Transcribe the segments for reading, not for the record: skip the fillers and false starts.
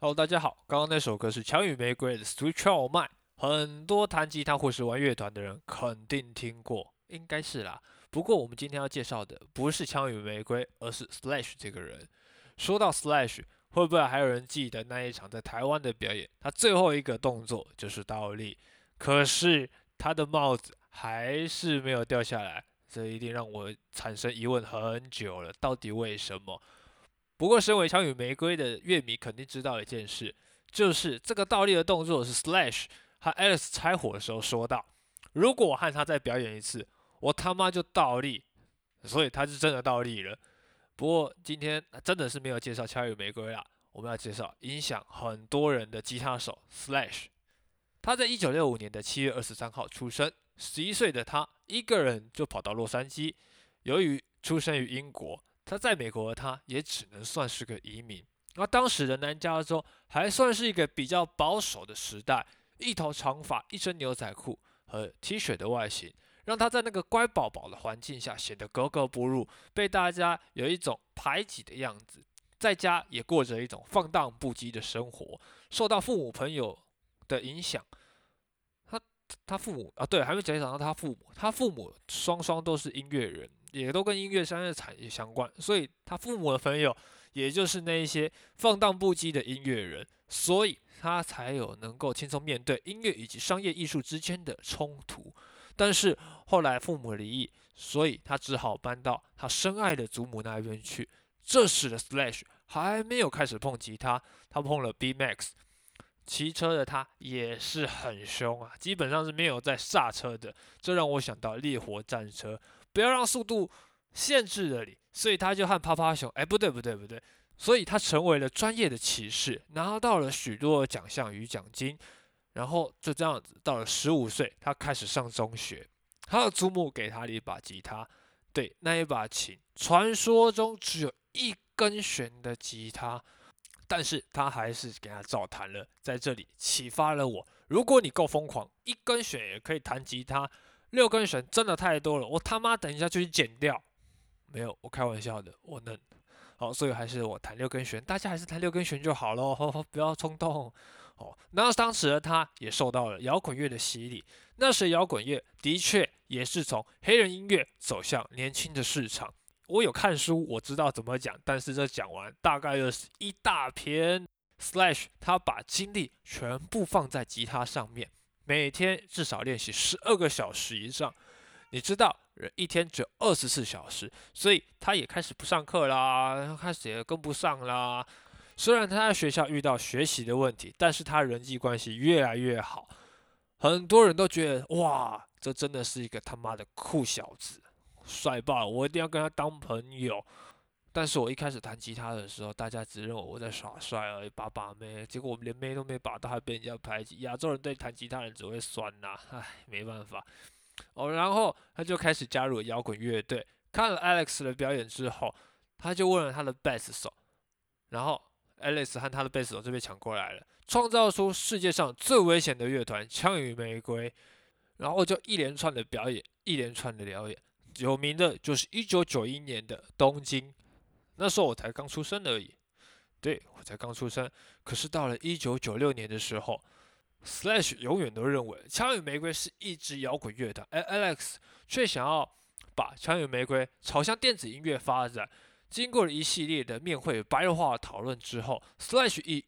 Hello，大家好，刚刚那首歌是枪与玫瑰的《Sweet Child Mine》，很多弹吉他或是玩乐团的人肯定听过，应该是啦。不过我们今天要介绍的不是枪与玫瑰，而是 Slash 这个人。说到 Slash，会不会还有人记得那一场在台湾的表演？他最后一个动作就是倒立，可是他的帽子还是没有掉下来，这一定让我产生疑问很久了，到底为什么？不过，身为枪与玫瑰的乐迷肯定知道一件事，就是这个倒立的动作是 Slash 和 Alex 拆伙的时候说到，如果我和他再表演一次，我他妈就倒立，所以他是真的倒立了。不过今天真的是没有介绍枪与玫瑰啦，我们要介绍影响很多人的吉他手 Slash。他在1965年的7月23号出生，11岁的他一个人就跑到洛杉矶。由于出生于英国，他在美国的他也只能算是个移民。而当时的南加州还算是一个比较保守的时代，一头长发、一身牛仔裤和 T 恤的外形，让他在那个乖宝宝的环境下显得格格不入，被大家有一种排挤的样子。在家也过着一种放荡不羁的生活，受到父母朋友的影响。他他父母啊，对，还没讲到他父母双双都是音乐人，也都跟音乐商业产业相关，所以他父母的朋友也就是那一些放荡不羁的音乐人，所以他才有能够轻松面对音乐以及商业艺术之间的冲突。但是后来父母离异，所以他只好搬到他深爱的祖母那边去。这时的 Slash 还没有开始碰吉他，他碰了 B-Max。骑车的他也是很凶啊，基本上是没有在刹车的。这让我想到烈火战车，不要让速度限制了你，所以他就和趴趴熊，哎，不对，所以他成为了专业的骑士，拿到了许多的奖项与奖金。然后就这样子，到了15岁，他开始上中学，他的祖母给他了一把吉他，对，那一把琴，传说中只有一根弦的吉他。但是他还是给他照弹了，在这里启发了我。如果你够疯狂，一根弦也可以弹吉他，6根弦真的太多了，我他妈等一下就去剪掉。没有，我开玩笑的，我能。好，所以还是我弹6根弦，大家还是弹6根弦就好了，不要冲动。哦，然后当时的他也受到了摇滚乐的洗礼，那时摇滚乐的确也是从黑人音乐走向年轻的市场。我有看书，我知道怎么讲，但是这讲完大概又是一大篇。Slash 他把精力全部放在吉他上面，每天至少练习12个小时以上。你知道，人一天只有24小时，所以他也开始不上课啦，开始也跟不上啦。虽然他在学校遇到学习的问题，但是他人际关系越来越好，很多人都觉得哇，这真的是一个他妈的酷小子。帅爆了，我一定要跟他当朋友。但是我一开始弹吉他的时候，大家只认为我在耍帅而已，把妹。结果我连妹都没把到，还被人家排挤。亚洲人对弹吉他人只会酸呐、唉，没办法。哦，然后他就开始加入摇滚乐队。看了 Alex 的表演之后，他就问了他的贝斯手，然后 Alex 和他的贝斯手就被抢过来了，创造出世界上最危险的乐团枪与玫瑰。然后就一连串的表演，一连串的表演。有名的就是1991年的东京，那时候我才刚出生而已，对我才刚出生。可是到了1996年的时候，Slash 永远都认为枪与玫瑰是一支摇滚乐团，而 Alex 却想要把枪与玫瑰朝向电子音乐发展。经过了一系列的面会白话讨论之后，Slash 以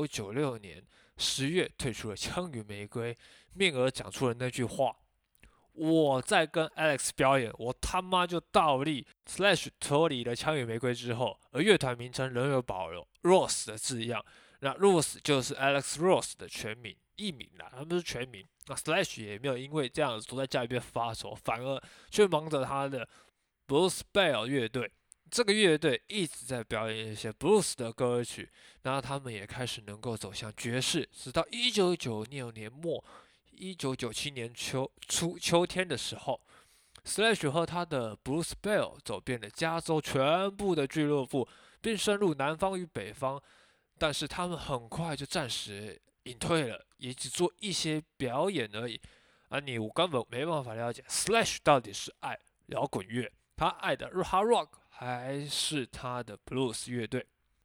1996年10月退出了枪与玫瑰，面而讲出了那句话：我在跟 Alex 表演，我他妈就倒立。Slash 脱离了枪与玫瑰之后，而乐团名称仍有保留 Rose 的字样。那 Rose 就是 Alex Rose 的全名艺名啦，他们是全名。那 Slash 也没有因为这样子坐在家里边发愁，反而却忙着他的 Blues Bell 乐队。这个乐队一直在表演一些 blues 的歌曲，然后他们也开始能够走向爵士，直到1996年末1997年秋天的时候，Slash 和他的 Blues Bell 走遍了加州全部的俱乐部，并深入南方与北方。但是他们很快就暂时隐退了，也只做一些表演而已。而你我根本没办法了解 Slash 到底是爱摇滚乐，他爱的是 Hard Rock 还是他的 Blues 乐队。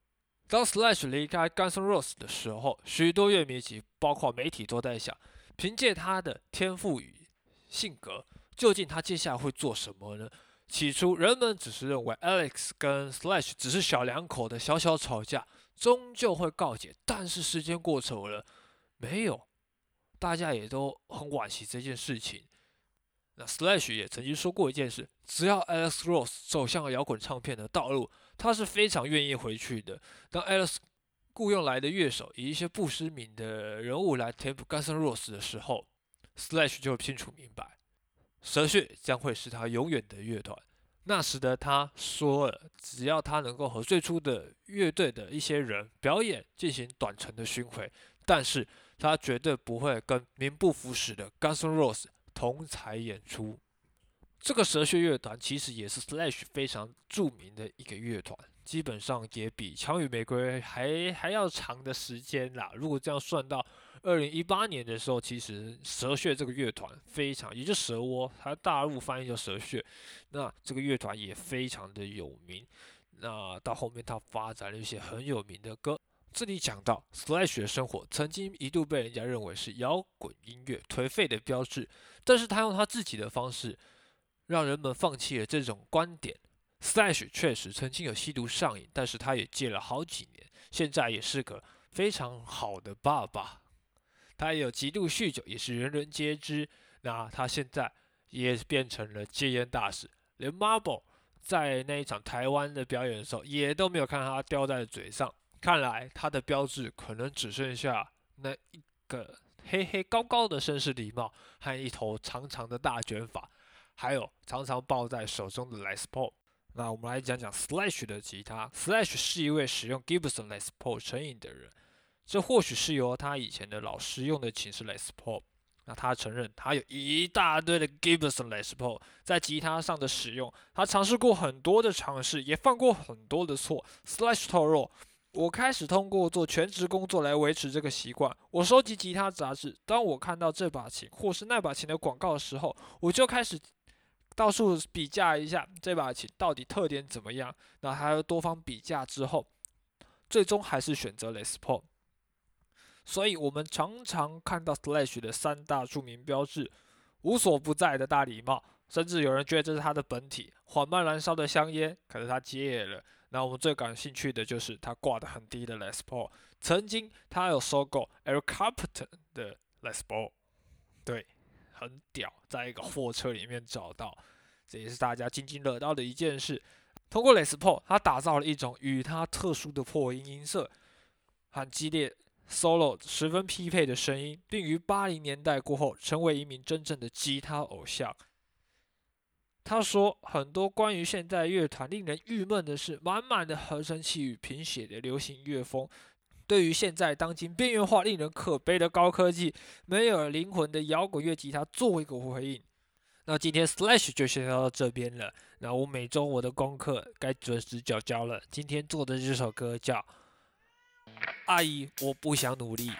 当 Slash 离开 Guns N' Roses 的时候，许多乐迷及包括媒体都在想，凭借他的天赋与性格，究竟他接下来会做什么呢？起初，人们只是认为 Alex 跟 Slash 只是小两口的小小吵架，终究会告解。但是时间过久了，没有，大家也都很惋惜这件事情。那 Slash 也曾经说过一件事，只要 Alex Rose 走向了摇滚唱片的道路，他是非常愿意回去的。当 Alex 雇佣来的乐手以一些不知名的人物来填补 Guns N' Roses 的时候， Slash 就清楚明白，蛇血将会是他永远的乐团。那时的他说了，只要他能够和最初的乐队的一些人表演进行短程的巡回，但是他绝对不会跟名不副实的 Guns N' Roses 同台演出。这个蛇血乐团其实也是 Slash 非常著名的一个乐团，基本上也比枪与玫瑰还要长的时间啦。如果这样算到2018年的时候，其实蛇血这个乐团非常，也就是蛇窝，它大陆翻译叫蛇血。那这个乐团也非常的有名。那到后面他发展了一些很有名的歌。这里讲到 Slash 的生活曾经一度被人家认为是摇滚音乐颓废的标志，但是他用他自己的方式让人们放弃了这种观点。Slash 确实曾经有吸毒上瘾，但是他也戒了好几年，现在也是个非常好的爸爸。他也有极度酗酒，也是人人皆知。那他现在也变成了戒烟大使，连 Marble 在那一场台湾的表演的时候，也都没有看到他叼在嘴上。看来他的标志可能只剩下那一个黑黑高高的绅士礼帽和一头长长的大卷发，还有常常抱在手中的 Les Paul。那我们来讲讲 Slash 的吉他。Slash 是一位使用 Gibson Les Paul 成瘾的人，这或许是由他以前的老师用的琴是 Les Paul。那他承认他有一大堆的 Gibson Les Paul 在吉他上的使用，他尝试过很多的尝试，也犯过很多的错。Slash 透露，我开始通过做全职工作来维持这个习惯。我收集吉他杂志，当我看到这把琴或是那把琴的广告的时候，我就开始到处比价一下这把琴到底特点怎么样。那还有多方比价之后，最终还是选择 Les Paul。所以我们常常看到 Slash 的三大著名标志：无所不在的大礼帽，甚至有人觉得这是他的本体；缓慢燃烧的香烟，可是他戒了。那我们最感兴趣的就是他挂得很低的 Les Paul。曾经他有收购 Eric Clapton 的 Les Paul， 对，很屌，在一个货车里面找到，这也是大家津津乐道的一件事。通过 Les Paul， 他打造了一种与他特殊的破音音色和激烈 solo 十分匹配的声音，并于80年代过后成为一名真正的吉他偶像。他说，很多关于现代乐团令人郁闷的是，满满的合成器与贫血的流行乐风，对于现在当今边缘化、令人可悲的高科技，没有灵魂的摇滚乐吉他做一个回应。那今天 Slash 就先到这边了。那我每周我的功课该准时交了。今天做的这首歌叫《阿姨，我不想努力》。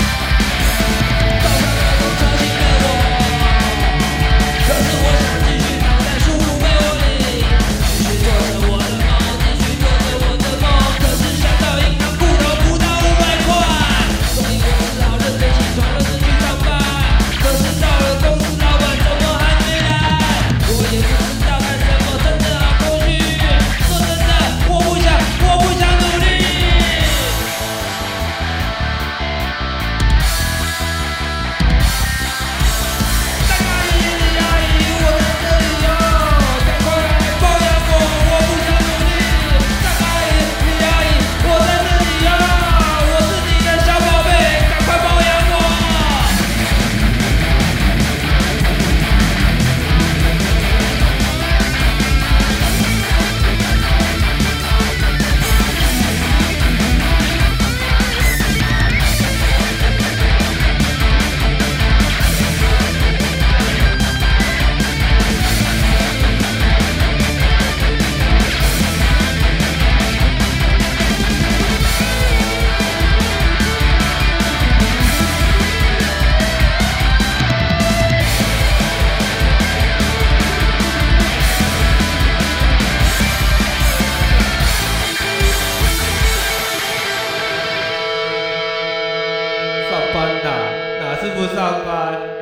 可是我想继续。 次不上班。